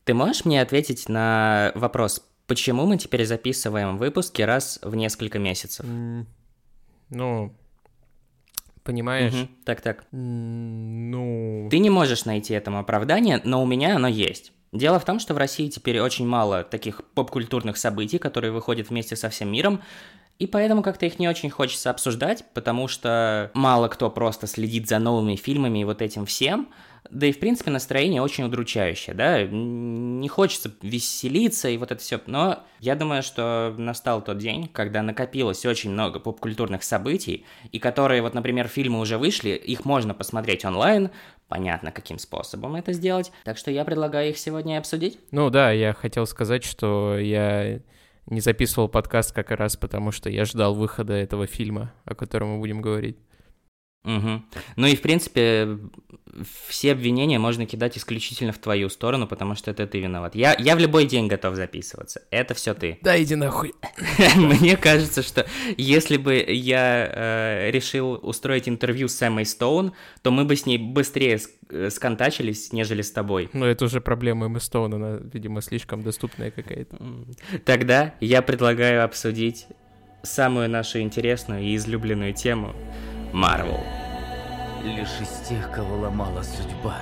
Ты можешь мне ответить на вопрос, почему мы теперь записываем выпуски раз в несколько месяцев? Ну, понимаешь, Так. ну... Ты не можешь найти этому оправдание, но у меня оно есть. Дело в том, что в России теперь очень мало таких поп-культурных событий, которые выходят вместе со всем миром, и поэтому как-то их не очень хочется обсуждать, потому что мало кто просто следит за новыми фильмами и вот этим всем, да и в принципе настроение очень удручающее, да, не хочется веселиться и вот это все, но я думаю, что настал тот день, когда накопилось очень много поп-культурных событий, и которые, вот, например, фильмы уже вышли, их можно посмотреть онлайн, понятно, каким способом это сделать, так что я предлагаю их сегодня обсудить. Ну да, я хотел сказать, что я не записывал подкаст как раз потому, что я ждал выхода этого фильма, о котором мы будем говорить. Угу. Ну и, в принципе, все обвинения можно кидать исключительно в твою сторону, потому что это ты виноват. Я в любой день готов записываться. Это все ты. Да иди нахуй. Мне кажется, что если бы я решил устроить интервью с Эммой Стоун, то мы бы с ней быстрее сконтачились, нежели с тобой. Но это уже проблема Эммы Стоун, она, видимо, слишком доступная какая-то. Тогда я предлагаю обсудить самую нашу интересную и излюбленную тему — Марвел. Лишь из тех, кого ломала судьба.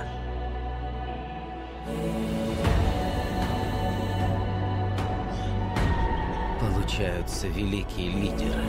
Получаются великие лидеры.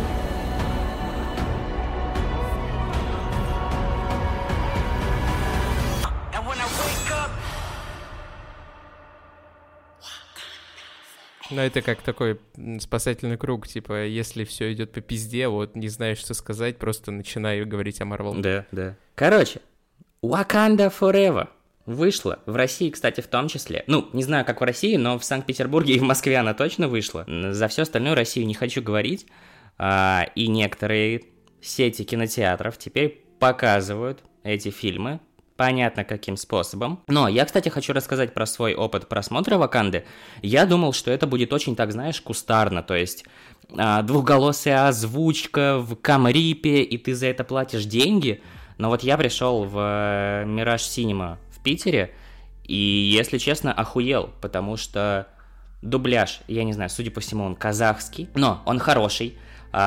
Но это как такой спасательный круг, типа, если все идет по пизде, вот не знаешь, что сказать, просто начинаю говорить о Марвел. Да. Короче, Wakanda Forever вышла. В России, кстати, в том числе. Ну, не знаю, как в России, но в Санкт-Петербурге и в Москве она точно вышла. За всю остальную Россию не хочу говорить. И некоторые сети кинотеатров теперь показывают эти фильмы. Понятно, каким способом. Но я, кстати, хочу рассказать про свой опыт просмотра «Ваканды». Я думал, что это будет очень, так знаешь, кустарно, то есть двухголосая озвучка в камрипе, и ты за это платишь деньги. Но вот я пришел в Мираж Синема в Питере, и, если честно, охуел, потому что дубляж, я не знаю, судя по всему, он казахский, но он хороший.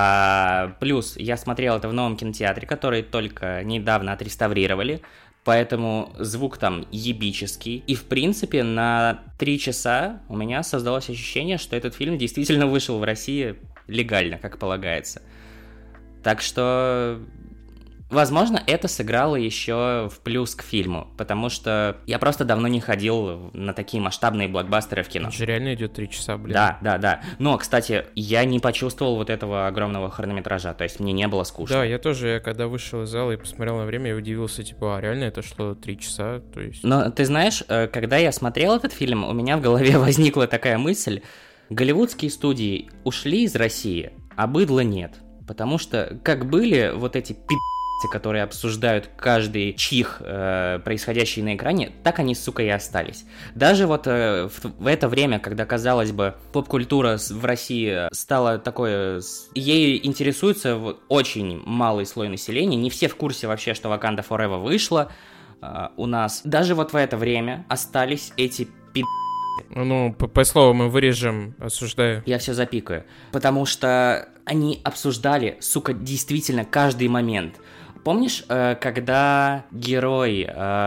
Плюс я смотрел это в новом кинотеатре, который только недавно отреставрировали. Поэтому звук там ебический. И, в принципе, на 3 часа у меня создалось ощущение, что этот фильм действительно вышел в России легально, как полагается. Так что, возможно, это сыграло еще в плюс к фильму, потому что я просто давно не ходил на такие масштабные блокбастеры в кино. Это же реально идет 3 часа, блин. Да. Но, кстати, я не почувствовал вот этого огромного хронометража, то есть мне не было скучно. Да, я тоже, когда вышел из зала и посмотрел на время, я удивился, типа, реально это шло 3 часа, то есть... Но ты знаешь, когда я смотрел этот фильм, у меня в голове возникла такая мысль: голливудские студии ушли из России, а быдла нет. Потому что как были вот эти которые обсуждают каждый чих, происходящий на экране, так они, сука, и остались. Даже вот в это время, когда, казалось бы, поп-культура в России стала такой... Ей интересуется очень малый слой населения, не все в курсе вообще, что Wakanda Forever вышла у нас. Даже вот в это время остались эти Ну, по слову мы вырежем, осуждаю. Я все запикаю. Потому что они обсуждали, сука, действительно каждый момент. Помнишь, когда герой,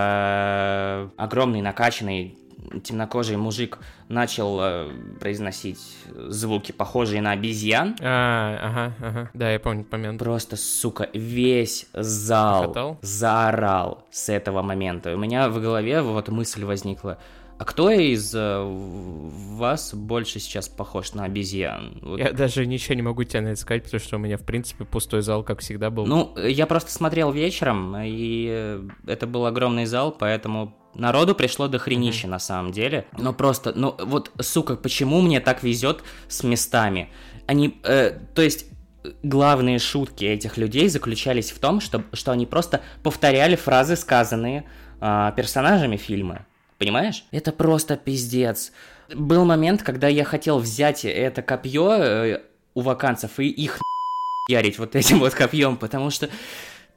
огромный, накачанный, темнокожий мужик, начал произносить звуки, похожие на обезьян? Ага. Да, я помню момент. Просто, сука, весь зал заорал с этого момента. У меня в голове вот мысль возникла: а кто из вас больше сейчас похож на обезьян? Вот. Я даже ничего не могу тебе на это сказать, потому что у меня, в принципе, пустой зал, как всегда, был. Ну, я просто смотрел вечером, и это был огромный зал, поэтому народу пришло до хренища на самом деле. Но просто, вот, сука, почему мне так везет с местами? Они, то есть... Главные шутки этих людей заключались в том, что они просто повторяли фразы, сказанные персонажами фильма. Понимаешь? Это просто пиздец. Был момент, когда я хотел взять это копье у ваканцев и их ярить вот этим вот копьем, потому что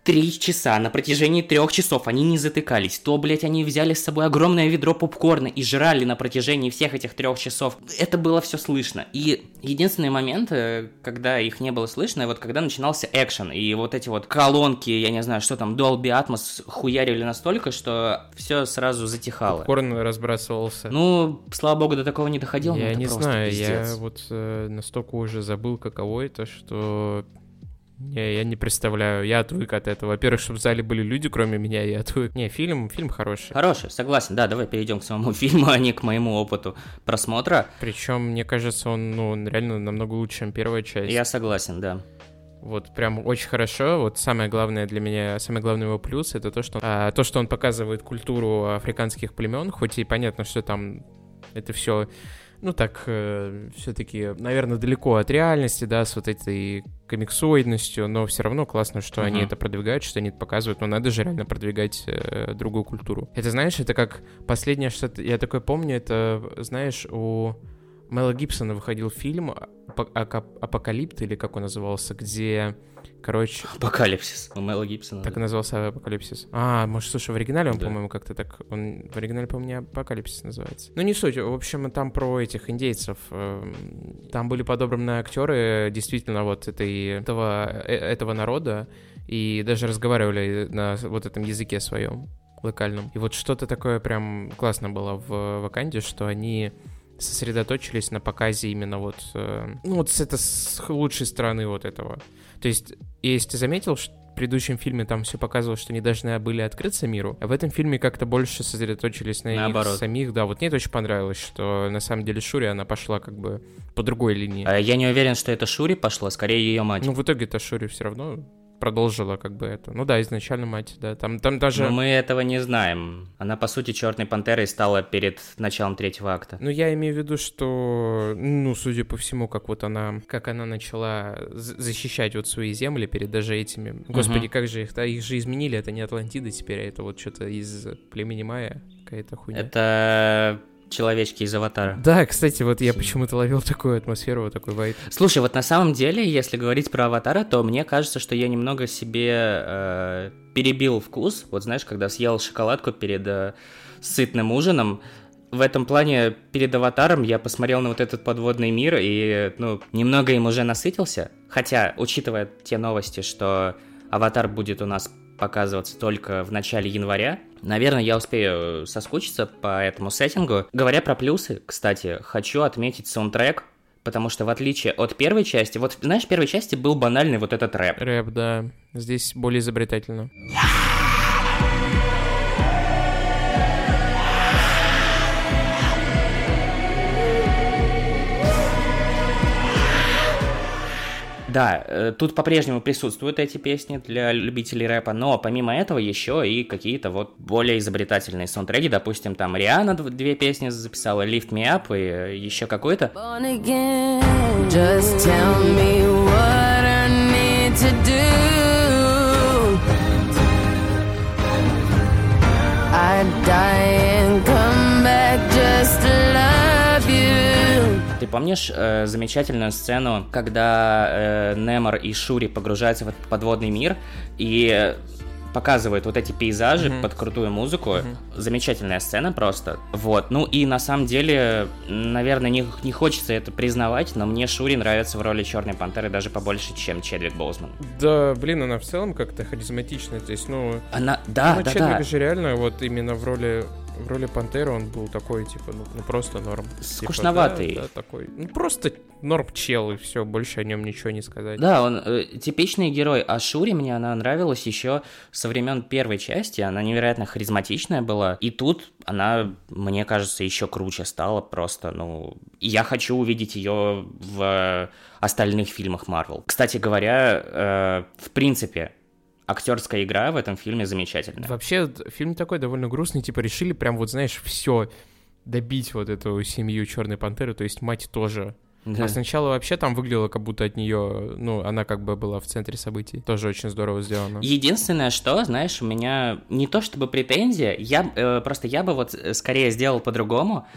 3 часа, на протяжении 3 часов они не затыкались, то, блядь, они взяли с собой огромное ведро попкорна и жрали на протяжении всех этих 3 часов. Это было все слышно. И единственный момент, когда их не было слышно, вот когда начинался экшен, и вот эти вот колонки, я не знаю, что там, Dolby Atmos хуярили настолько, что все сразу затихало. Попкорн разбрасывался. Ну, слава богу, до такого не доходило. Я не знаю, пиздец. я вот настолько уже забыл, каково это, что... Я не представляю, я отвык от этого. Во-первых, чтобы в зале были люди, кроме меня, я отвык. Не, фильм хороший. Хороший, согласен, да, давай перейдем к самому фильму, а не к моему опыту просмотра. Причем, мне кажется, он реально намного лучше, чем первая часть. Я согласен, да. Вот прям очень хорошо. Вот самое главное для меня, самый главный его плюс, это то, что он показывает культуру африканских племен, хоть и понятно, что там это все... Ну, так, все-таки, наверное, далеко от реальности, да, с вот этой комиксоидностью, но все равно классно, что они это продвигают, что они это показывают, но надо же реально продвигать другую культуру. Это, знаешь, это как последнее, что я такое помню, это, знаешь, у Мела Гибсона выходил фильм «Апокалипт», или как он назывался, где... Короче... Апокалипсис. У Мела Гибсона. Так и назывался «Апокалипсис». Может, слушай, в оригинале он, да. По-моему, как-то так... В оригинале, по-моему, не «Апокалипсис» называется. Ну, не суть. В общем, там про этих индейцев. Там были подобраны актеры действительно вот этого народа, и даже разговаривали на вот этом языке своем, локальном. И вот что-то такое прям классно было в Ваканде, что они... сосредоточились на показе именно вот... с лучшей стороны вот этого. То есть, если ты заметил, что в предыдущем фильме там все показывало, что они должны были открыться миру, а в этом фильме как-то больше сосредоточились на них самих. Да, вот мне это очень понравилось, что на самом деле Шури, она пошла как бы по другой линии. Я не уверен, что это Шури пошла, скорее ее мать. Ну, в итоге-то Шури все равно... продолжила как бы это. Ну да, изначально мать, да. Там даже... Но мы этого не знаем. Она, по сути, Черной Пантерой стала перед началом 3-го акта. Ну, я имею в виду, что, судя по всему, как она начала защищать вот свои земли перед даже этими... Господи, как же их же изменили, это не Атлантида теперь, а это вот что-то из племени Майя, какая-то хуйня. Это... человечки из «Аватара». Да, кстати, вот я почему-то ловил такую атмосферу, вот такой вайб. Слушай, вот на самом деле, если говорить про «Аватара», то мне кажется, что я немного себе перебил вкус. Вот знаешь, когда съел шоколадку перед сытным ужином, в этом плане перед «Аватаром» я посмотрел на вот этот подводный мир и, немного им уже насытился. Хотя, учитывая те новости, что «Аватар» будет у нас показываться только в начале января, наверное, я успею соскучиться по этому сеттингу. Говоря про плюсы, кстати, хочу отметить саундтрек, потому что в отличие от первой части, вот, знаешь, в первой части был банальный вот этот рэп. Рэп, да. Здесь более изобретательно. Да, тут по-прежнему присутствуют эти песни для любителей рэпа, но помимо этого еще и какие-то вот более изобретательные саундтреки, допустим, там Риhanna 2 песни записала, Lift Me Up и еще какой-то. Ты помнишь замечательную сцену, когда Немор и Шури погружаются в этот подводный мир и показывают вот эти пейзажи под крутую музыку? Замечательная сцена просто. Вот. Ну и на самом деле, наверное, не хочется это признавать, но мне Шури нравится в роли Черной Пантеры даже побольше, чем Чедвик Боузман. Да, блин, она в целом как-то харизматичная здесь, Она, да. Чедвик же реально вот именно в роли Пантеры он был такой, типа, просто норм. Скучноватый. Типа, да, такой, просто норм чел, и все, больше о нем ничего не сказать. Да, он типичный герой, а Шури мне она нравилась еще со времен первой части, она невероятно харизматичная была, и тут она, мне кажется, еще круче стала просто, я хочу увидеть ее в остальных фильмах Marvel. Кстати говоря, в принципе, актерская игра в этом фильме замечательная. Вообще, фильм такой довольно грустный, типа решили прям вот, знаешь, все добить вот эту семью Черной Пантеры, то есть мать тоже. Да. А сначала вообще там выглядело, как будто от нее, она как бы была в центре событий. Тоже очень здорово сделано. Единственное, что, знаешь, у меня не то чтобы претензия, я бы вот скорее сделал по-другому.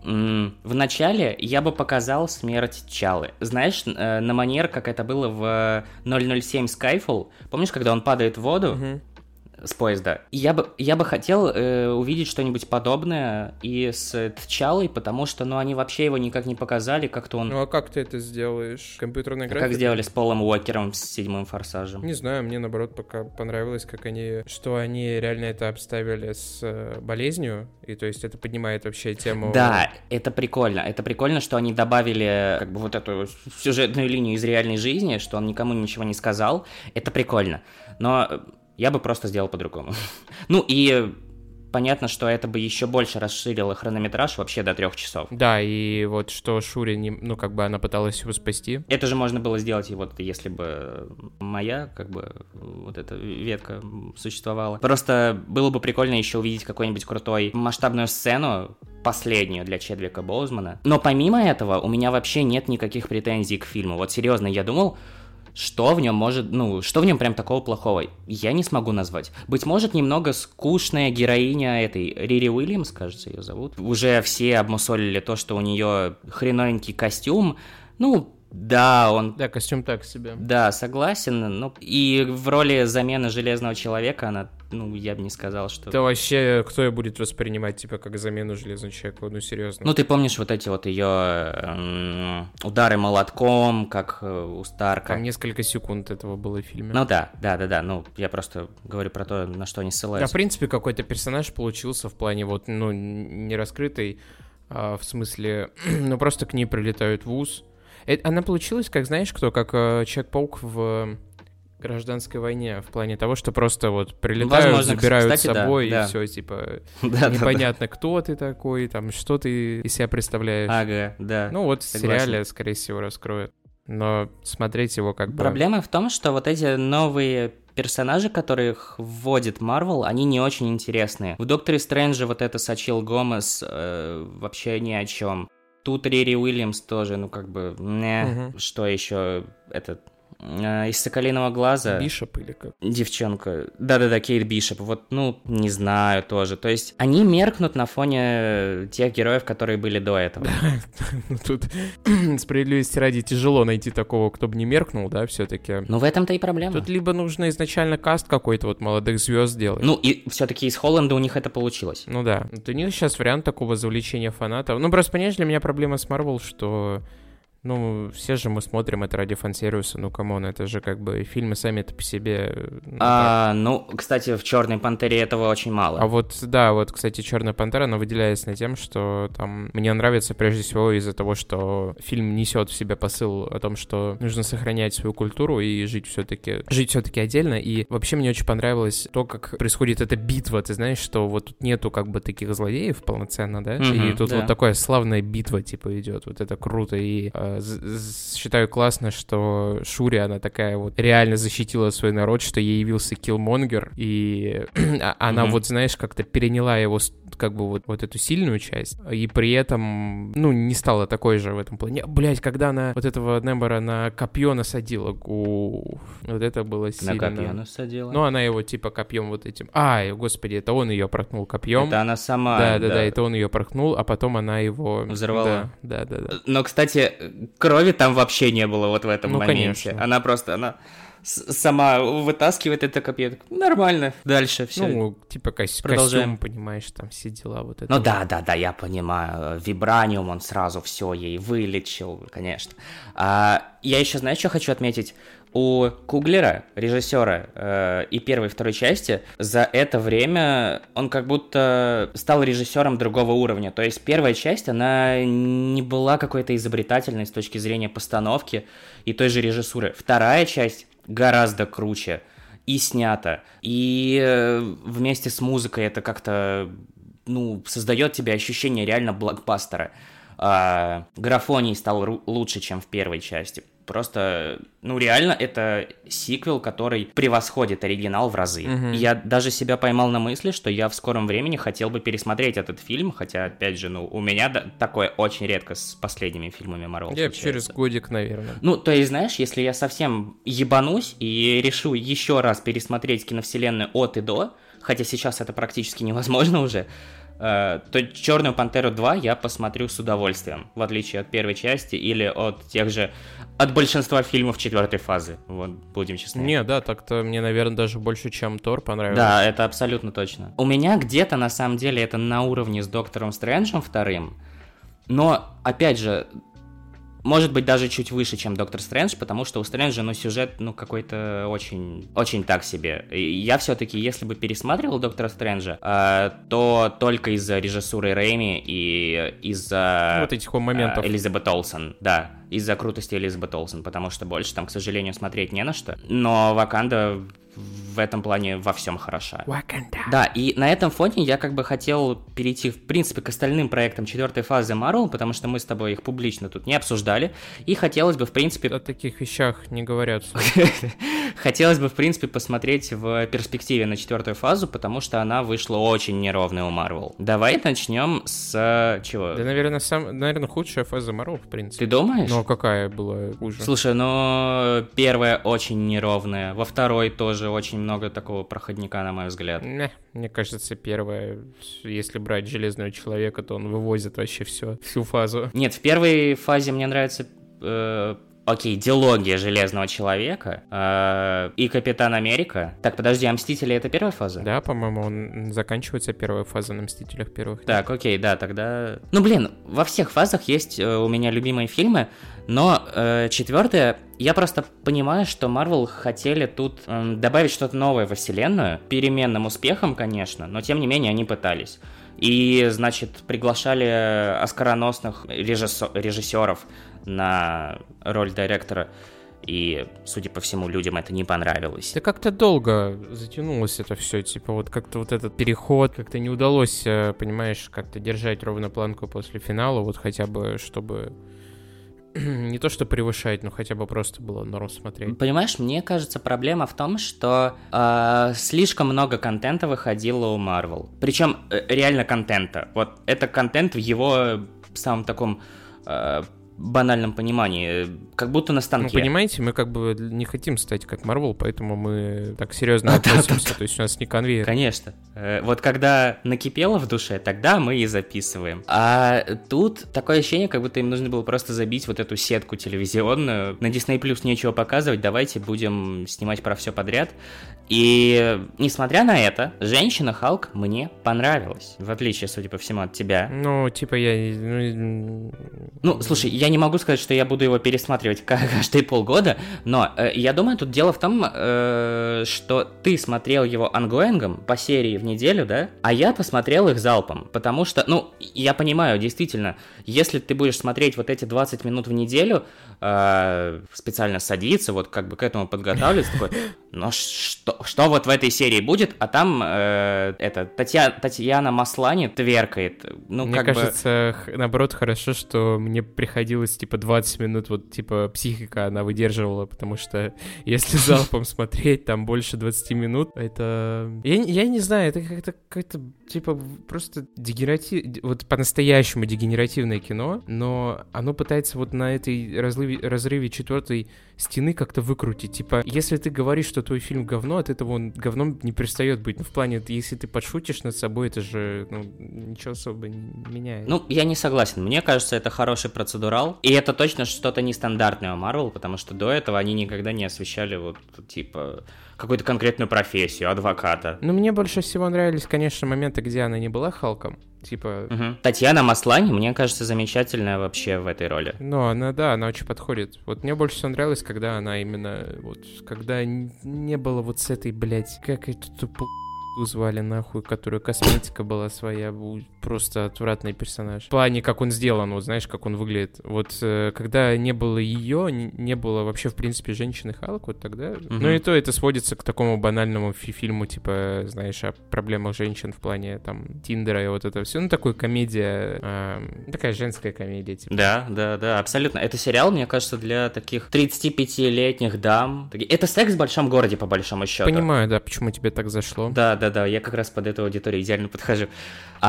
В начале я бы показал смерть Чалы. знаешь, на манер, как это было в 007 Skyfall. Помнишь, когда он падает в воду с поезда? Я бы хотел увидеть что-нибудь подобное и с Тчалой, потому что, они вообще его никак не показали, как-то он... Ну а как ты это сделаешь? Компьютерная графика? Как сделали с Полом Уокером с 7-м Форсажем. Не знаю, мне наоборот пока понравилось, что они реально это обставили с болезнью, и то есть это поднимает вообще тему... Да, это прикольно. Это прикольно, что они добавили как бы вот эту сюжетную линию из реальной жизни, что он никому ничего не сказал. Это прикольно. Но я бы просто сделал по-другому. И понятно, что это бы еще больше расширило хронометраж вообще до 3 часов. Да, и вот что Шури, она пыталась его спасти. Это же можно было сделать, и вот если бы моя, вот эта ветка существовала. Просто было бы прикольно еще увидеть какой-нибудь крутой масштабную сцену, последнюю для Чедвика Боузмана. Но помимо этого, у меня вообще нет никаких претензий к фильму. Вот серьезно, я думал, что в нем что в нем прям такого плохого? Я не смогу назвать. Быть может, немного скучная героиня этой Рири Уильямс, кажется, ее зовут. Уже все обмусолили то, что у нее хреновенький костюм. Да, Да, костюм так себе. Да, согласен. И в роли замены Железного Человека она, я бы не сказал, что... Да вообще, кто ее будет воспринимать, как замену Железного Человека? Серьезно. Ты помнишь вот эти вот ее удары молотком, как у Старка? Там несколько секунд этого было в фильме. Да. Я просто говорю про то, на что они ссылаются. Да, в принципе, какой-то персонаж получился в плане не раскрытый, а в смысле, просто к ней прилетают в ВУЗ. Она получилась, как Человек-паук в Гражданской войне, в плане того, что просто прилетают, возможно, забирают с собой, да. И все, непонятно, кто ты такой, что ты из себя представляешь. Ага, да. В сериале, скорее всего, раскроют. Но смотреть его Проблема в том, что вот эти новые персонажи, которых вводит Марвел, они не очень интересные. В Докторе Стрэнджа вот это Сачил Гомес вообще ни о чем. Тут Рири Уильямс тоже, Что еще из «Соколиного глаза». Бишоп или как? Девчонка. Да-да-да, Кейт Бишоп. Не знаю тоже. То есть они меркнут на фоне тех героев, которые были до этого. Тут справедливости ради тяжело найти такого, кто бы не меркнул, да, все-таки. В этом-то и проблема. Тут либо нужно изначально каст какой-то молодых звезд делать. И все-таки из Холланда у них это получилось. Да. У них сейчас вариант такого завлечения фанатов. Просто, понимаешь, для меня проблема с Марвел, что... все же мы смотрим это ради фан-сервиса, камон, это же фильмы сами-то по себе... Кстати, в «Черной пантере» этого очень мало. Кстати, «Черная пантера», она выделяется на тем, что там мне нравится прежде всего из-за того, что фильм несет в себе посыл о том, что нужно сохранять свою культуру и жить все-таки отдельно, и вообще мне очень понравилось то, как происходит эта битва, ты знаешь, что тут нету таких злодеев полноценно, да, и тут такая славная битва, идет, это круто, и... считаю классно, что Шури, она такая реально защитила свой народ, что ей явился Киллмонгер, и она как-то переняла его эту сильную часть, и при этом, не стала такой же в этом плане. Когда она этого Нембора на копье насадила, это было сильно. На копье насадила? Она его копьем этим... Господи, это он ее проткнул копьем. Это она сама. Да, это он ее проткнул, а потом она его... Взорвала. Да. Но, кстати, крови там вообще не было в этом моменте. Конечно. Она просто, сама вытаскивает это копье. Нормально. Дальше все. Костюм, понимаешь, там все дела это. Да, я понимаю. Вибраниум он сразу все ей вылечил, конечно. Я еще, знаешь, что хочу отметить? У Куглера, режиссера и первой и второй части, за это время он как будто стал режиссером другого уровня. То есть первая часть, она не была какой-то изобретательной с точки зрения постановки и той же режиссуры. Вторая часть гораздо круче и снята, и вместе с музыкой это как-то, создает тебе ощущение реально блокбастера. Графоний стал лучше, чем в первой части. Просто, реально, это сиквел, который превосходит оригинал в разы. Я даже себя поймал на мысли, что я в скором времени хотел бы пересмотреть этот фильм, хотя, опять же, у меня такое очень редко с последними фильмами Марвел случается. Через годик, наверное. То есть, знаешь, если я совсем ебанусь и решу еще раз пересмотреть киновселенную от и до, хотя сейчас это практически невозможно уже, то «Черную пантеру 2» я посмотрю с удовольствием, в отличие от первой части или от большинства фильмов четвертой фазы, вот, будем честны. Не, да, так-то мне, наверное, даже больше, чем Тор понравилось. Да, это абсолютно точно. У меня где-то, на самом деле, это на уровне с Доктором Стрэнджем 2, но, опять же, может быть, даже чуть выше, чем Доктор Стрэндж, потому что у Стрэнджа, сюжет, какой-то очень, очень так себе. И я все-таки, если бы пересматривал Доктора Стрэнджа, то только из-за режиссуры Рэйми и из-за... Вот этих моментов. Элизабет Олсен, да, из-за крутости Элизабет Олсен, потому что больше там, к сожалению, смотреть не на что. Но Ваканда в этом плане во всем хороша. Wakanda. Да, и на этом фоне я как бы хотел перейти, в принципе, к остальным проектам четвертой фазы Marvel, потому что мы с тобой их публично тут не обсуждали, и хотелось бы, в принципе... О таких вещах не говорят. Хотелось бы, в принципе, посмотреть в перспективе на четвертую фазу, потому что она вышла очень неровной у Marvel. Давай начнем с... чего? Да, наверное, худшая фаза Marvel, в принципе. Ты думаешь? Ну, какая была хуже? Слушай, первая очень неровная, во второй тоже очень много такого проходника, на мой взгляд. Мне кажется, первая, если брать Железного Человека, то он вывозит вообще всю фазу. Нет, в первой фазе мне нравится... дилогия Железного Человека и Капитан Америка. Так, подожди, а Мстители — это первая фаза? Да, по-моему, он заканчивается первая фаза на Мстителях первых. Так, окей, да, тогда... во всех фазах есть у меня любимые фильмы, но четвертая... Я просто понимаю, что Marvel хотели тут добавить что-то новое во вселенную, переменным успехом, конечно, но тем не менее они пытались. И, значит, приглашали оскароносных режиссеров на роль директора, и, судя по всему, людям это не понравилось. Да как-то долго затянулось это все, вот как-то вот этот переход, как-то не удалось, понимаешь, как-то держать ровно планку после финала, вот хотя бы, чтобы... Не то, что превышать, но хотя бы просто было норм смотреть. Понимаешь, мне кажется, проблема в том, что слишком много контента выходило у Marvel. Причем реально контента. Вот это контент в его самом таком банальном понимании, как будто на станке. Понимаете, мы как бы не хотим стать как Marvel, поэтому мы так серьезно относимся, то есть у нас не конвейер. Конечно. Вот когда накипело в душе, тогда мы и записываем. А тут такое ощущение, как будто им нужно было просто забить вот эту сетку телевизионную. На Disney Plus нечего показывать, давайте будем снимать про все подряд. И несмотря на это, Женщина Халк мне понравилась, в отличие, судя по всему, от тебя. Слушай, я не могу сказать, что я буду его пересматривать каждые полгода, но я думаю, тут дело в том, что ты смотрел его ангоингом по серии в неделю, да, а я посмотрел их залпом, потому что, я понимаю, действительно, если ты будешь смотреть вот эти 20 минут в неделю, специально садиться, вот как бы к этому подготавливаться, такой, что вот в этой серии будет, а там Татьяна Маслани тверкает. Мне кажется, наоборот, хорошо, что мне приходилось, 20 минут, психика она выдерживала, потому что если залпом смотреть, там больше 20 минут, это... Я не знаю, это как-то просто вот по-настоящему дегенеративное кино, но оно пытается вот на этой разрыве четвертой стены как-то выкрутить. Если ты говоришь, что твой фильм говно, от этого он говном не перестает быть. В плане, если ты подшутишь над собой, это же, ничего особо не меняет. Я не согласен. Мне кажется, это хороший процедурал, и это точно что-то нестандартное у Marvel, потому что до этого они никогда не освещали какую-то конкретную профессию, адвоката. Мне больше всего нравились, конечно, моменты, где она не была Халком. Татьяна Маслани, мне кажется, замечательная вообще в этой роли. Она очень подходит. Вот мне больше всего нравилось, когда она именно, когда не было вот с этой, как эту тупую звали нахуй, которую косметика была своя, просто отвратный персонаж. В плане, как он сделан, знаешь, как он выглядит. Когда не было ее, не было вообще, в принципе, женщины Халк, тогда... И то это сводится к такому банальному фильму, знаешь, о проблемах женщин в плане, Тиндера и вот это все. Такой комедия, такая женская комедия, Да, абсолютно. Это сериал, мне кажется, для таких 35-летних дам. Это секс в большом городе, по большому счету. Понимаю, да, почему тебе так зашло. Да, я как раз под эту аудиторию идеально подхожу. А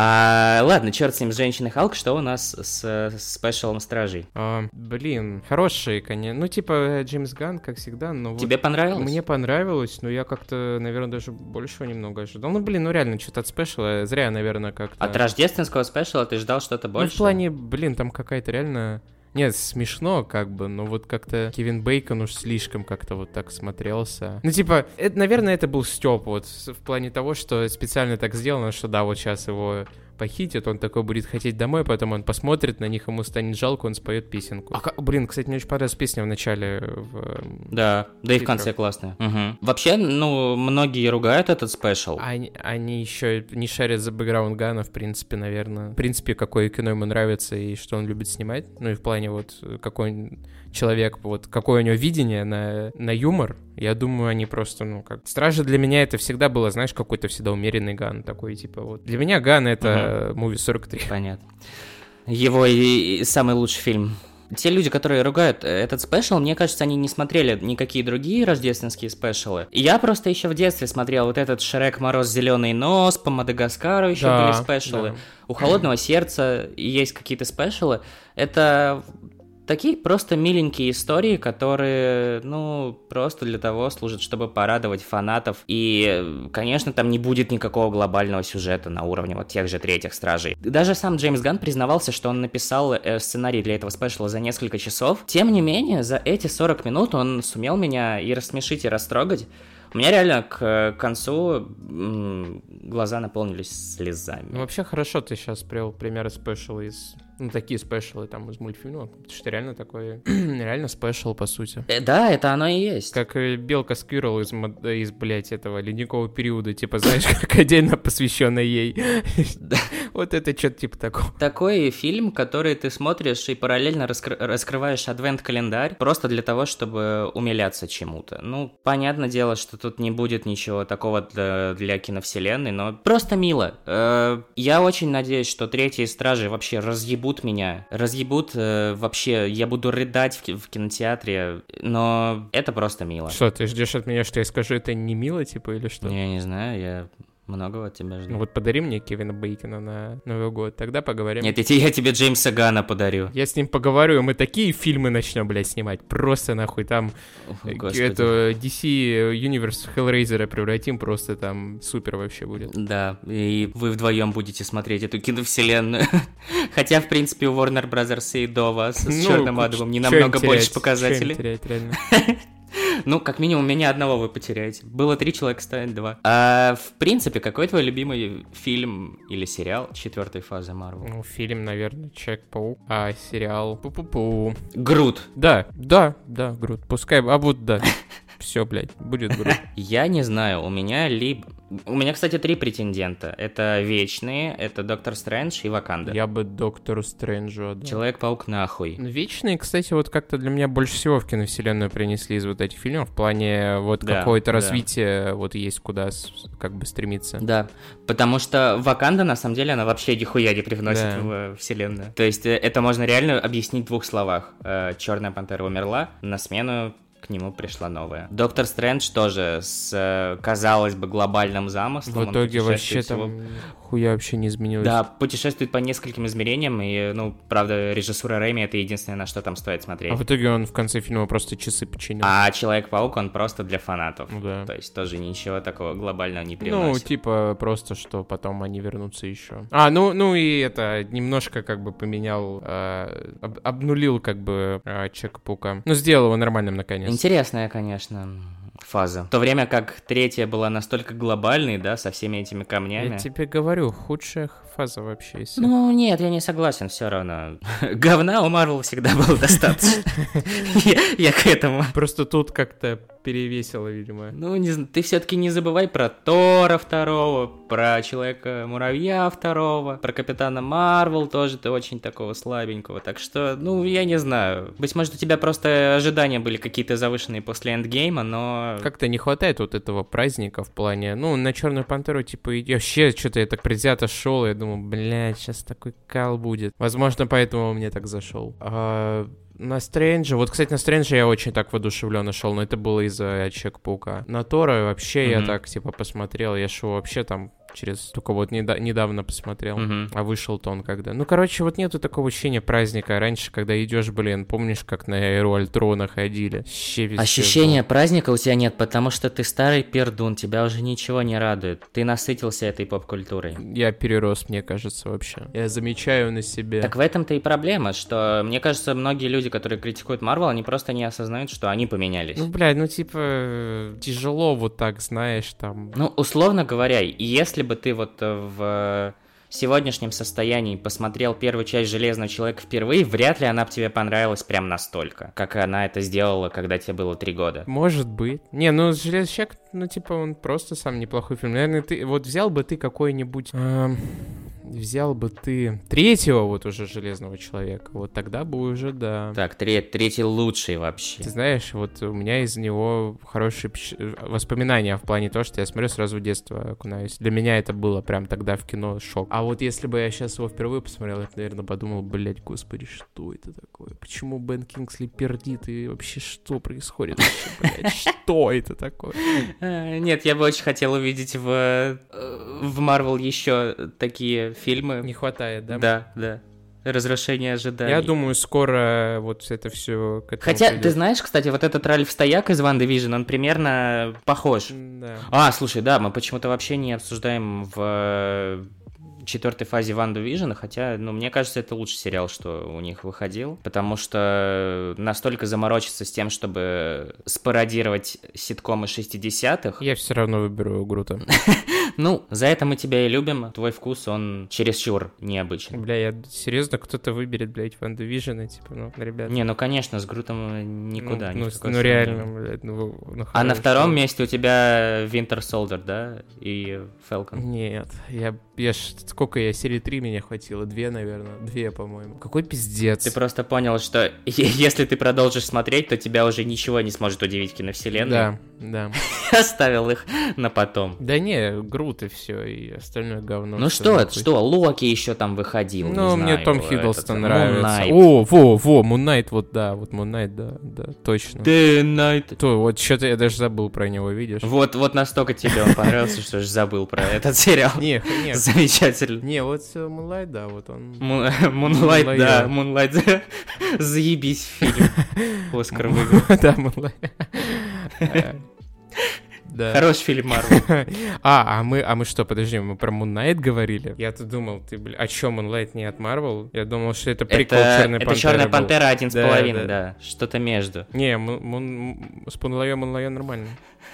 Ладно, черт с ним, с женщиной Халк, что у нас с спешалом Стражей? Блин, хороший, конечно. Ну, типа, Джеймс Ганн, как всегда, но вот... Тебе понравилось? Мне понравилось, но я как-то, наверное, даже большего немного ожидал. Ну, блин, ну реально, что-то от спешала, зря, наверное, как-то... От рождественского спешала ты ждал что-то больше? Ну, в плане, блин, там какая-то реально... Нет, смешно как бы, но вот как-то Кевин Бейкон уж слишком как-то вот так смотрелся. Ну, типа, наверное, это был стёб вот в плане того, что специально так сделано, что да, вот сейчас его похитят, он такой будет хотеть домой, потом он посмотрит на них, ему станет жалко, он споет песенку. Блин, кстати, мне очень понравилась песня в начале. Да и в конце классная. Угу. Вообще, ну, многие ругают этот спешл. Они еще не шарят за бэкграунд Ганна, в принципе, наверное. В принципе, какое кино ему нравится и что он любит снимать. Ну и в плане вот какой человек, вот какое у него видение на юмор. Я думаю, они просто, ну, как... Стражи для меня это всегда было, знаешь, какой-то всегда умеренный Ганн такой, типа, вот. Для меня Ганн — это Movie 43. Понятно. Его и самый лучший фильм. Те люди, которые ругают этот спешл, мне кажется, они не смотрели никакие другие рождественские спешалы. Я просто еще в детстве смотрел вот этот Шрек, Мороз, Зеленый нос, по Мадагаскару еще были спешалы. Да. У Холодного сердца есть какие-то спешалы. Это... Такие просто миленькие истории, которые, ну, просто для того служат, чтобы порадовать фанатов. И, конечно, там не будет никакого глобального сюжета на уровне вот тех же «Третьих стражей». Даже сам Джеймс Ганн признавался, что он написал сценарий для этого спешла за несколько часов. Тем не менее, за эти 40 минут он сумел меня и рассмешить, и растрогать. У меня реально к концу глаза наполнились слезами. Ну, вообще хорошо ты сейчас привел примеры спешала из... Ну, такие спешалы там из мультфильма, потому что реально такой... реально спешал, по сути. Да, это оно и есть. Как Белка Сквирл из, блядь, этого ледникового периода, типа, знаешь, как отдельно посвященная ей. Вот это что-то типа такого. Такой фильм, который ты смотришь и параллельно раскрываешь адвент-календарь просто для того, чтобы умиляться чему-то. Ну, понятное дело, что тут не будет ничего такого для киновселенной, но просто мило. Я очень надеюсь, что «Третьи стражи» вообще разъебут вообще, я буду рыдать в кинотеатре, но это просто мило. Что, ты ждешь от меня, что я скажу, это не мило, типа, или что? Я не знаю, я многого от тебя жду. Ну вот подари мне Кевина Бейкона на Новый год, тогда поговорим. Нет, я тебе Джеймса Ганна подарю. Я с ним поговорю, и мы такие фильмы начнем, блядь, снимать. Просто нахуй там эту DC Universe Hellraiser превратим, просто там супер вообще будет. Да, и вы вдвоем будете смотреть эту киновселенную. Хотя, в принципе, у Warner Bros. И до вас с Черным Адамом не намного больше показателей. Что им терять, реально? Ну, как минимум, меня одного вы потеряете. Было 3 человека, станет 2. А в принципе, какой твой любимый фильм или сериал 4-й фазы Марвел? Ну, фильм, наверное, Человек-паук, а сериал... Пу-пу-пу. Грут. Да, Грут. Пускай, вот да. Все, блядь, будет Грут. Я не знаю, у меня, кстати, 3 претендента. Это Вечные, это Доктор Стрэндж и Ваканда. Я бы Доктору Стрэнджу отдал. Человек-паук нахуй. Вечные, кстати, вот как-то для меня больше всего в киновселенную принесли из вот этих фильмов, в плане вот какое-то развитие, вот есть куда как бы стремиться. Да, потому что Ваканда, на самом деле, она вообще нихуя не привносит в вселенную. То есть это можно реально объяснить в 2 словах. Черная пантера умерла, на смену к нему пришла новая. Доктор Стрэндж тоже с, казалось бы, глобальным замыслом. В итоге вообще там хуя вообще не изменилось. Да, путешествует по нескольким измерениям, и, ну, правда, режиссура Рэйми — это единственное, на что там стоит смотреть. А в итоге он в конце фильма просто часы починил. А Человек-паук, он просто для фанатов. Ну, да. То есть тоже ничего такого глобального не привносит. Ну, типа, просто, что потом они вернутся еще. Ну и это, немножко как бы поменял, обнулил как бы Человека-паука. Ну, сделал его нормальным наконец. Интересная, конечно, фаза. В то время как 3-я была настолько глобальной, да, со всеми этими камнями. Я тебе говорю, худшая фаза вообще. Если... Ну, нет, я не согласен, все равно. Говна у Марвел всегда было достаточно. Я к этому. Просто тут как-то перевесило, видимо. Ну, ты все-таки не забывай про Тора 2, про Человека-муравья 2, про Капитана Марвел тоже ты очень такого слабенького. Так что, ну, я не знаю. Быть может, у тебя просто ожидания были какие-то завышенные после Эндгейма, но... Как-то не хватает вот этого праздника в плане... Ну, на Черную Пантеру, типа, вообще что-то я так предвзято шел, я думал, блядь, сейчас такой кал будет. Возможно, поэтому он мне так зашел. На Стрэнджа, вот, кстати, на Стрэнджа я очень так воодушевленно шел, но это было из-за Человека-паука. На Тора вообще я так, типа, посмотрел, я шел вообще там только вот недавно посмотрел, Мгм. а вышел-то он когда. Ну, короче, вот нету такого ощущения праздника. Раньше, когда идешь, помнишь, как на Эру Альтрона ходили? Вообще везде Ощущения было. праздника у тебя нет, потому что ты старый пердун, тебя уже ничего не радует. Ты насытился этой поп-культурой. Я перерос, мне кажется, вообще. Я замечаю на себе. Так в этом-то и проблема, что, мне кажется, многие люди, которые критикуют Марвел, они просто не осознают, что они поменялись. Ну, блядь, тяжело вот так, знаешь, там... Ну, условно говоря, если бы ты вот в сегодняшнем состоянии посмотрел первую часть «Железного человека» впервые, вряд ли она бы тебе понравилась прям настолько, как она это сделала, когда тебе было 3 года. Может быть. Не, «Железный человек», он просто сам неплохой фильм. Наверное, взял бы ты какой-нибудь... Взял бы ты третьего вот уже «Железного человека», вот тогда бы уже, да. Так, третий лучший вообще. Ты знаешь, вот у меня из него хорошие воспоминания в плане того, что я смотрю, сразу в детство окунаюсь. Для меня это было прям тогда в кино шок. А вот если бы я сейчас его впервые посмотрел, я, наверное, подумал, блядь, господи, что это такое? Почему Бен Кингсли пердит? И вообще, что происходит вообще, блядь? Что это такое? Нет, я бы очень хотел увидеть в Marvel еще такие фильмы. Не хватает, да? Да. Разрушение ожиданий. Я думаю, скоро вот это все к этому Хотя, придёт. ты знаешь, кстати, вот этот Ральф Стояк из Ван Division, он примерно похож. Да. Слушай, да, мы почему-то вообще не обсуждаем в 4-й фазе Ван Division, хотя, мне кажется, это лучший сериал, что у них выходил, потому что настолько заморочиться с тем, чтобы спародировать ситкомы 60-х. Я все равно выберу Грута. За это мы тебя и любим, твой вкус, он чересчур необычный. Бля, серьезно, кто-то выберет, блядь, Ван Division, ребят. Не, конечно, с Грутом никуда. Реально, блядь, А на втором месте у тебя Winter Soldier, да? И Falcon. Нет, сколько я, серии 3 меня хватило? 2, наверное. 2, по-моему. Какой пиздец. Ты просто понял, что если ты продолжишь смотреть, то тебя уже ничего не сможет удивить в киновселенной. Да. Оставил их на потом. Да не, Грут и все, и остальное говно. Что? Локи еще там выходил, мне Том Хиддлстон нравится. Moon Moon Knight, Moon Knight, да, точно. The Knight. Вот что-то я даже забыл про него, видишь? Вот настолько тебе он понравился, что же забыл про этот сериал. Нет. Замечательно. Не, вот Moonlight, да, вот он... Moonlight, да, Moonlight. Заебись фильм. Оскар выиграл. Да, Moonlight. Да. Хороший фильм Марвел. Мы что, подожди, мы про Moon Knight говорили? Я-то думал, а чё, Moonlight не от Marvel? Я думал, что это прикол Черной Пантеры. Это Черная Пантера 1,5, Да. да. Что-то между. Не, с Moonlight нормально.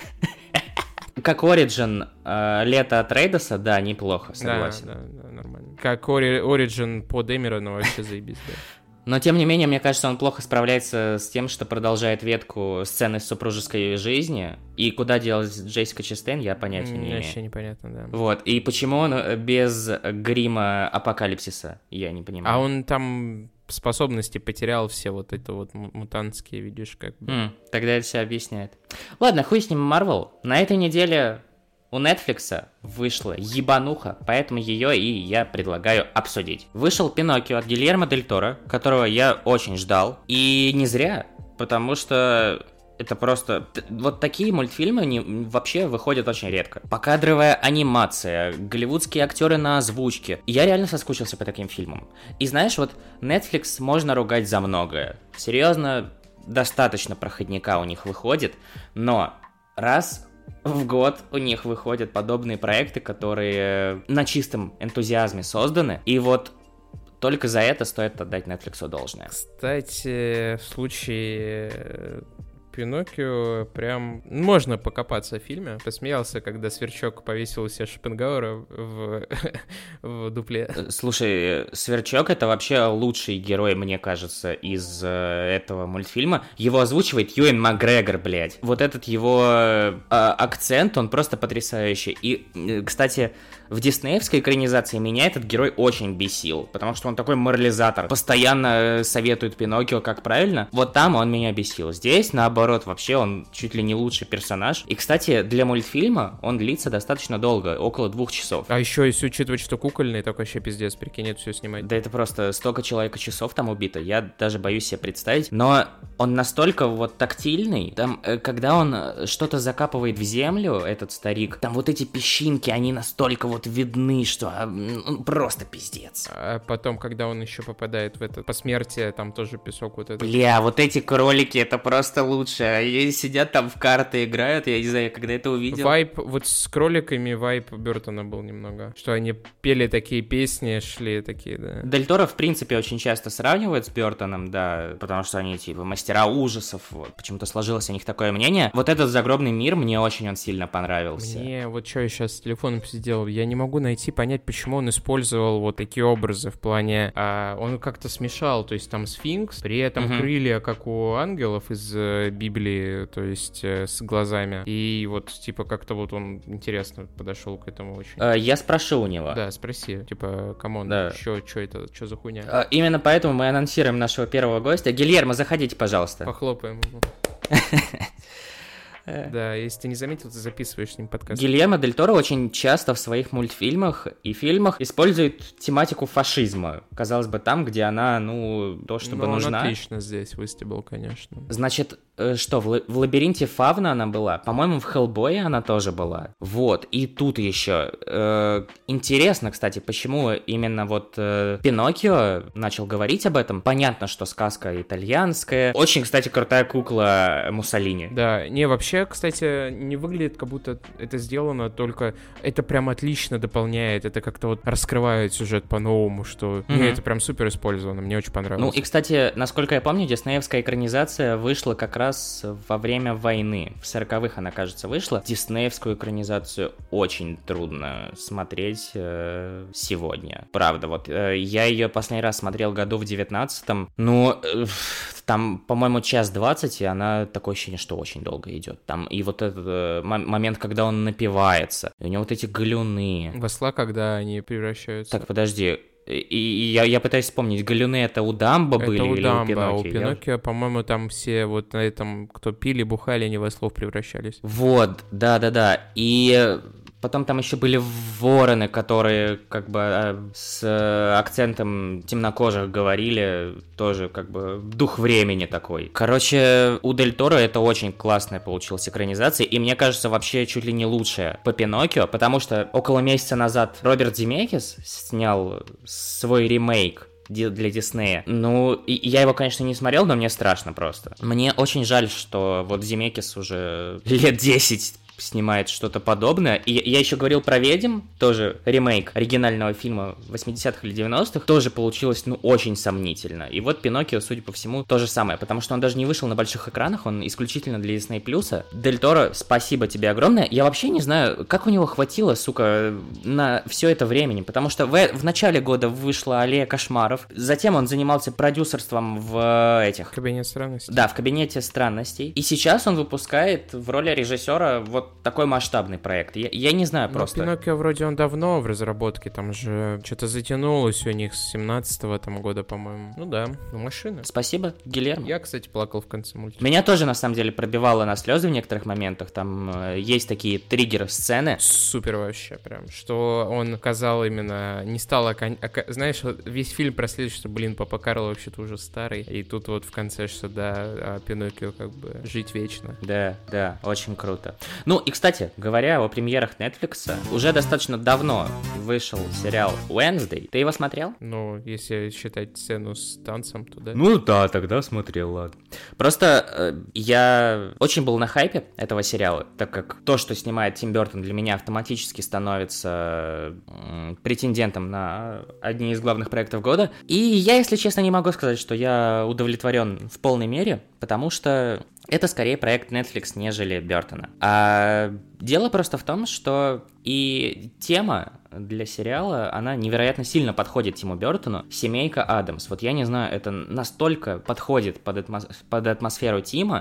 Как Origin лето от Рейдоса, да, неплохо, согласен. Да, нормально. Как Origin по Дэмерону вообще заебись, да. Но, тем не менее, мне кажется, он плохо справляется с тем, что продолжает ветку сцены супружеской жизни. И куда делась Джессика Честейн, я понятия не имею. Вообще непонятно, да. Вот, и почему он без грима апокалипсиса, я не понимаю. А он там способности потерял все вот это вот мутантские, видишь, как бы. Тогда это все объясняет. Ладно, хуй с ним, Марвел. На этой неделе у Netflix вышла ебануха, поэтому ее и я предлагаю обсудить. Вышел Пиноккио от Гильермо Дель Торо, которого я очень ждал. И не зря, потому что это просто... Вот такие мультфильмы вообще выходят очень редко. Покадровая анимация, голливудские актеры на озвучке. Я реально соскучился по таким фильмам. И знаешь, вот Netflix можно ругать за многое. Серьезно, достаточно проходника у них выходит, но раз в год у них выходят подобные проекты, которые на чистом энтузиазме созданы, и вот только за это стоит отдать Netflix должное. Кстати, в случае Пиноккио прям можно покопаться в фильме. Посмеялся, когда Сверчок повесил у себя Шопенгауэра в дупле. Слушай, Сверчок — это вообще лучший герой, мне кажется, из этого мультфильма. Его озвучивает Юэн Макгрегор, блядь. Вот этот его акцент, он просто потрясающий. И, кстати, в диснеевской экранизации меня этот герой очень бесил, потому что он такой морализатор. Постоянно советует Пиноккио, как правильно. Вот там он меня бесил. Здесь, наоборот, вообще он чуть ли не лучший персонаж. И, кстати, для мультфильма он длится достаточно долго, около 2 часов. А еще, если учитывать, что кукольный, так вообще пиздец, прикинь, это все снимать. Да это просто столько человека часов там убито, я даже боюсь себе представить. Но он настолько вот тактильный, там, когда он что-то закапывает в землю, этот старик, там вот эти песчинки, они настолько вот видны, что просто пиздец. А потом, когда он еще попадает в это посмертие, там тоже песок вот этот. Бля, вот эти кролики, это просто лучше. Они сидят там в карты играют, я не знаю, когда это увидел. Вайп, вот с кроликами вайп Бёртона был немного. Что они пели такие песни, шли такие, да. Дель Торо, в принципе, очень часто сравнивают с Бёртоном, да, потому что они, типа, мастера ужасов, вот, почему-то сложилось о них такое мнение. Вот этот «Загробный мир», мне очень он сильно понравился. Мне вот что я сейчас с телефоном сидел, я не могу понять, почему он использовал вот такие образы в плане, он как-то смешал, то есть там сфинкс, при этом крылья, как у ангелов из Библии, то есть с глазами, и вот, типа, как-то вот он интересно подошел к этому очень. Я спрошу у него. Да, спроси, типа, камон, да. что это, что за хуйня? Именно поэтому мы анонсируем нашего первого гостя. Гильермо, заходите, пожалуйста. Похлопаем ему. Да, если ты не заметил, ты записываешь с ним подкаст. Гильермо Дель Торо очень часто в своих мультфильмах и фильмах использует тематику фашизма. Казалось бы, там, где она, то, чтобы нужна. Он отлично здесь выстебал, конечно. Значит, что, в «Лабиринте Фавна» она была? По-моему, в «Хеллбое» она тоже была. Вот, и тут еще. Интересно, кстати, почему именно вот Пиноккио начал говорить об этом. Понятно, что сказка итальянская. Очень, кстати, крутая кукла Муссолини. Да, вообще, кстати, не выглядит, как будто это сделано, только это прям отлично дополняет, это как-то вот раскрывает сюжет по-новому, что это прям супер использовано, мне очень понравилось. Ну и, кстати, насколько я помню, диснеевская экранизация вышла как раз во время войны. В 40-х она, кажется, вышла. Диснеевскую экранизацию очень трудно смотреть сегодня. Правда, вот я ее последний раз смотрел году в 19-м. Там, по-моему, 1:20, и она такое ощущение, что очень долго идет. Там и вот этот момент, когда он напивается, и у него вот эти галюны. В осла, когда они превращаются. Так, подожди. И я пытаюсь вспомнить, галюны это у Дамбо были у или Дамбо, у Пиноккио? У Пиноккио, по-моему, там все вот на этом, кто пили, бухали, они в ослов превращались. Вот, да. И потом там еще были вороны, которые как бы с акцентом темнокожих говорили, тоже как бы дух времени такой. Короче, у Дель Торо это очень классная получилась экранизация, и мне кажется, вообще чуть ли не лучшая по Пиноккио, потому что около месяца назад Роберт Земекис снял свой ремейк для Диснея. Я его, конечно, не смотрел, но мне страшно просто. Мне очень жаль, что вот Земекис уже лет 10 снимает что-то подобное. И я еще говорил про «Ведьм», тоже ремейк оригинального фильма 80-х или 90-х, тоже получилось, очень сомнительно. И вот «Пиноккио», судя по всему, то же самое, потому что он даже не вышел на больших экранах, он исключительно для Disney+. Дель Торо, спасибо тебе огромное. Я вообще не знаю, как у него хватило, сука, на все это времени, потому что в начале года вышла «Аллея кошмаров», затем он занимался продюсерством в «Кабинет странностей». Да, в «Кабинете странностей». И сейчас он выпускает в роли режиссера вот такой масштабный проект. Я не знаю просто. Пиноккио вроде он давно в разработке, там же что-то затянулось у них с 17-го там года, по-моему. Машина. Спасибо, Гильермо. Я, кстати, плакал в конце мультика. Меня тоже, на самом деле, пробивало на слезы в некоторых моментах. Там есть такие триггер-сцены. Супер вообще прям. Что он казал именно... Не стал... Знаешь, весь фильм проследует, что, Папа Карло вообще-то уже старый. И тут вот в конце, что Пиноккио как бы жить вечно. Да, очень круто. И, кстати, говоря о премьерах Netflix, уже достаточно давно вышел сериал Wednesday. Ты его смотрел? Если считать сцену с танцем, то да. Да, тогда смотрел, ладно. Просто я очень был на хайпе этого сериала, так как то, что снимает Тим Бёртон, для меня автоматически становится претендентом на одни из главных проектов года. И я, если честно, не могу сказать, что я удовлетворен в полной мере, потому что это скорее проект Netflix, нежели Бёртона. А дело просто в том, что и тема для сериала, она невероятно сильно подходит Тиму Бёртону. «Семейка Адамс». Вот я не знаю, это настолько подходит под атмосферу Тима,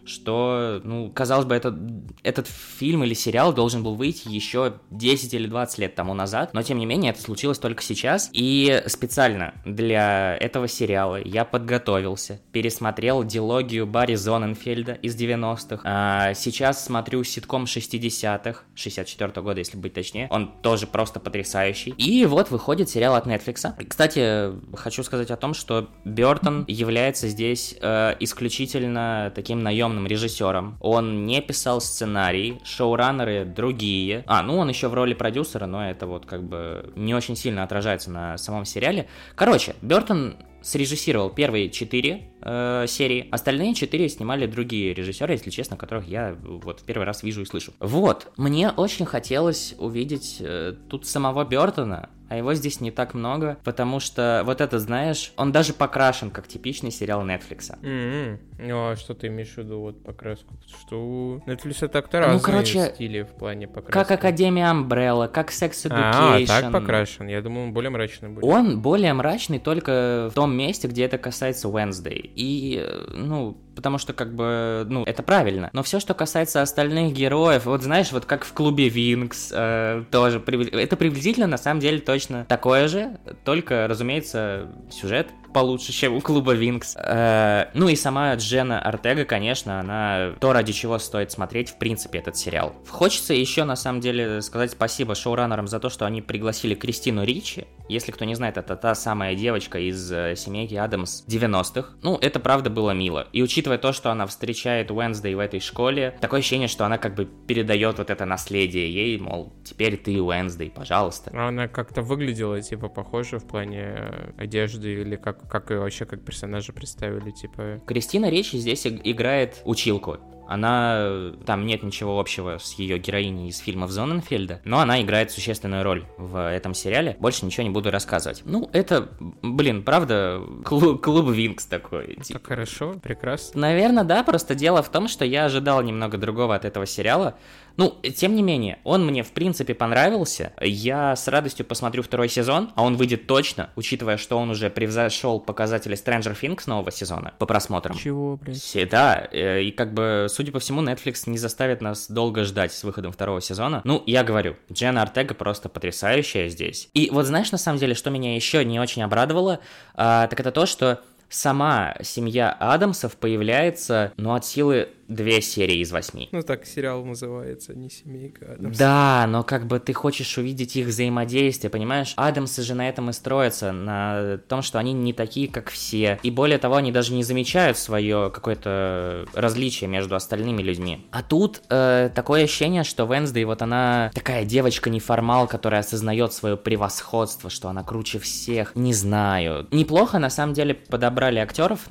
что, ну, казалось бы, этот фильм или сериал должен был выйти еще 10 или 20 лет тому назад, но, тем не менее, это случилось только сейчас, и специально для этого сериала я подготовился, пересмотрел дилогию Барри Зонненфельда из 90-х, сейчас смотрю ситком 60-х, 64-го года, если быть точнее, он тоже просто потрясающий, и вот выходит сериал от Netflix. Кстати, хочу сказать о том, что Бёртон является здесь исключительно таким наемным режиссером. Он не писал сценарий, шоураннеры другие. Ну он еще в роли продюсера, но это вот как бы не очень сильно отражается на самом сериале. Короче, Бёртон срежиссировал первые 4 серии, остальные 4 снимали другие режиссеры, если честно, которых я вот в первый раз вижу и слышу. Вот, мне очень хотелось увидеть тут самого Бёртона, а его здесь не так много, потому что вот это, знаешь, он даже покрашен, как типичный сериал Netflix. Ну, а что ты имеешь в виду, вот покраску? Что у Netflix так-то разные стили в плане покраски. Как Академия Umbrella, как Sex Education. Так покрашен, я думаю, он более мрачный будет. Он более мрачный только в том месте, где это касается Wednesday. И, ну, потому что, как бы, ну, это правильно. Но все, что касается остальных героев, вот знаешь, вот как в клубе Винкс, тоже, это приблизительно, на самом деле, точно такое же, только, разумеется, сюжет получше, чем у клуба Винкс. Ну и сама Дженна Ортега, конечно, она то, ради чего стоит смотреть, в принципе, этот сериал. Хочется еще, на самом деле, сказать спасибо шоураннерам за то, что они пригласили Кристину Ричи. Если кто не знает, это та самая девочка из семейки Адамс 90-х. Ну, это правда было мило. И учитывая то, что она встречает Уэнсдей в этой школе, такое ощущение, что она как бы передает вот это наследие ей, мол, теперь ты Уэнсдей, пожалуйста. А она как-то выглядела, типа, похоже в плане одежды или как ее вообще как персонажа представили, типа... Кристина Ричи здесь играет училку. Она... Там нет ничего общего с ее героиней из фильмов Зонненфельда, но она играет существенную роль в этом сериале. Больше ничего не буду рассказывать. Ну, это, блин, правда, клуб Винкс такой. Так хорошо, прекрасно. Наверное, да, просто дело в том, что я ожидал немного другого от этого сериала. Ну, тем не менее, он мне, в принципе, понравился. Я с радостью посмотрю второй сезон, а он выйдет точно, учитывая, что он уже превзошел показатели Stranger Things нового сезона по просмотрам. Чего, блядь? Да, и как бы, судя по всему, Netflix не заставит нас долго ждать с выходом второго сезона. Ну, я говорю, Дженна Ортега просто потрясающая здесь. И вот знаешь, на самом деле, что меня еще не очень обрадовало, так это то, что сама семья Адамсов появляется, ну, от силы 2 серии из 8. Ну, так сериал называется, не «Семейка Адамс». Да, но как бы ты хочешь увидеть их взаимодействие, понимаешь? Адамсы же на этом и строятся, на том, что они не такие, как все. И более того, они даже не замечают свое какое-то различие между остальными людьми. А тут такое ощущение, что Венсдей, вот она такая девочка-неформал, которая осознает свое превосходство, что она круче всех. Не знаю. Неплохо, на самом деле, подобрали актеров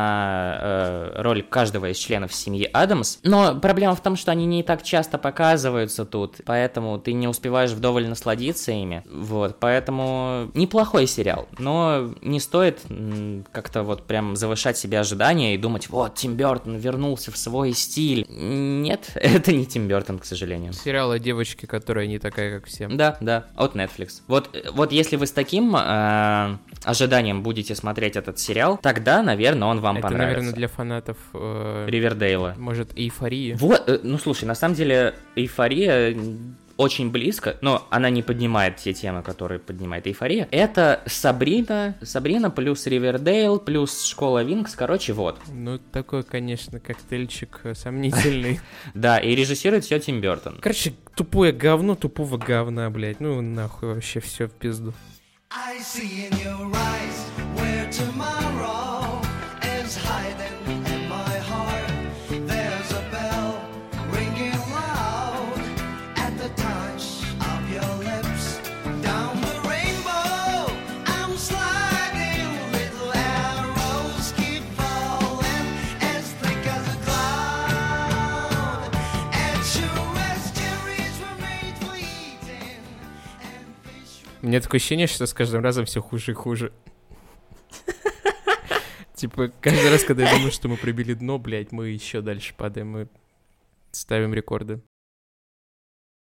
на роль каждого из членов семьи Адамс, но проблема в том, что они не так часто показываются тут, поэтому ты не успеваешь вдоволь насладиться ими, вот, поэтому неплохой сериал, но не стоит как-то вот прям завышать себе ожидания и думать, вот, Тим Бёртон вернулся в свой стиль. Нет, это не Тим Бёртон, к сожалению. Сериал о девочке, которая не такая, как все. Да, от Netflix. Вот если вы с таким ожиданием будете смотреть этот сериал, тогда, наверное, он вам понравится. Это, наверное, для фанатов Ривердейла. Может, «Эйфория». Вот, ну слушай, на самом деле «Эйфория» очень близко, но она не поднимает те темы, которые поднимает «Эйфория». Это Сабрина плюс Ривердейл плюс Школа Винкс, короче, вот. Ну, такой, конечно, коктейльчик сомнительный. Да, и режиссирует все Тим Бёртон. Короче, тупое говно тупого говна, блядь. Ну, нахуй вообще все в пизду. I see in your eyes where tomorrow is hiding in my heart. There's a bell ringing loud at the touch of your lips. Down the rainbow I'm sliding, little arrows keep falling as thick as a cloud. At your rest, cherries were made for eating. У меня такое ощущение, что с каждым разом все хуже и хуже. Типа, каждый раз, когда я думаю, что мы пробили дно, блядь, мы еще дальше падаем, мы ставим рекорды.